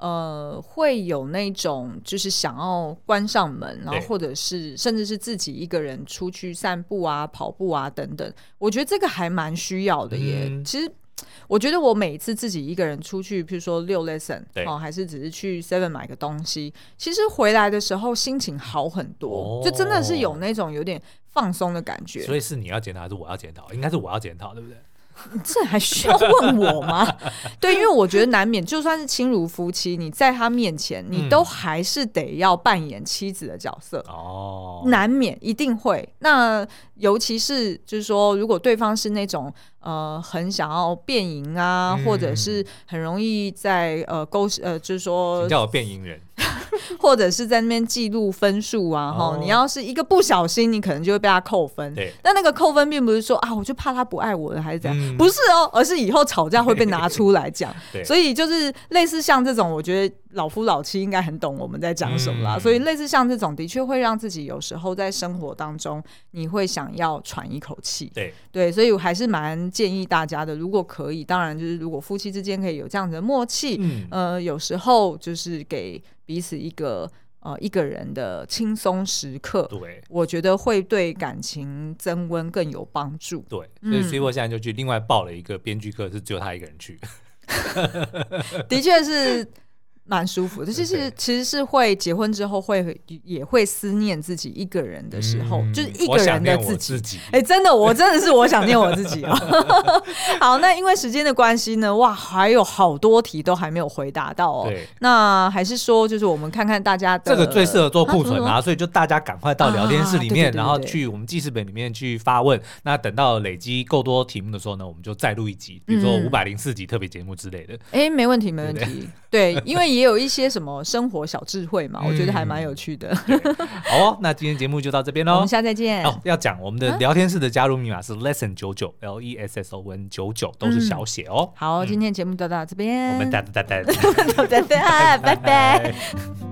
呃，会有那种就是想要关上门，然后或者是甚至是自己一个人出去散步啊、跑步啊等等，我觉得这个还蛮需要的耶。嗯、其实我觉得我每次自己一个人出去，譬如说遛 lesson 哦，还是只是去 seven 买个东西，其实回来的时候心情好很多，哦、就真的是有那种有点放松的感觉。 所以是你要检讨还是我要检讨？应该是我要检讨，对不对？ 这还需要问我吗？对，因为我觉得难免，就算是亲如夫妻，你在他面前，你都还是得要扮演妻子的角色哦，难免一定会。那尤其是就是说，如果对方是那种呃很想要变赢啊，嗯、或者是很容易在呃勾呃，就是说， 请叫我变赢人。 或者是在那边记录分数啊，哦、你要是一个不小心，你可能就会被他扣分。但那个扣分并不是说啊，我就怕他不爱我了还是怎样，嗯、不是哦，而是以后吵架会被拿出来讲。所以就是类似像这种，我觉得老夫老妻应该很懂我们在讲什么啦。嗯、所以类似像这种，的确会让自己有时候在生活当中，你会想要喘一口气。 对对，所以我还是蛮建议大家的，如果可以，当然就是如果夫妻之间可以有这样子的默契，嗯、呃，有时候就是给彼此一个呃一个人的轻松时刻， 对， 我觉得会对感情增温更有帮助。 对，所以 C 罗现在就去另外报了一个编剧课，是只有他一个人去。 的确是蛮舒服的，就是其实是会结婚之后会也会思念自己一个人的时候，嗯、就是一个人的自己。哎、欸，真的，我真的是我想念我自己哦。好，那因为时间的关系呢，哇，还有好多题都还没有回答到哦。对，那还是说，就是我们看看大家的这个最适合做库存啊，啊所以就大家赶快到聊天室里面，啊、对对对对然后去我们记事本里面去发问。那等到累积够多题目的时候呢，我们就再录一集，比如说五百零四集特别节目之类的。 哎、欸，没问题，没问题。对, 对，因为也有一些什么生活小智慧嘛，嗯、我觉得还蛮有趣的。 好哦，那今天节目就到这边喽， 我们下次再见。 哦，要讲我们的聊天室的加入密码是 lesson 九九 L E S S O N 九九，都是小写哦。 嗯、好，今天节目就到这边， 我们哒哒哒哒， 拜拜。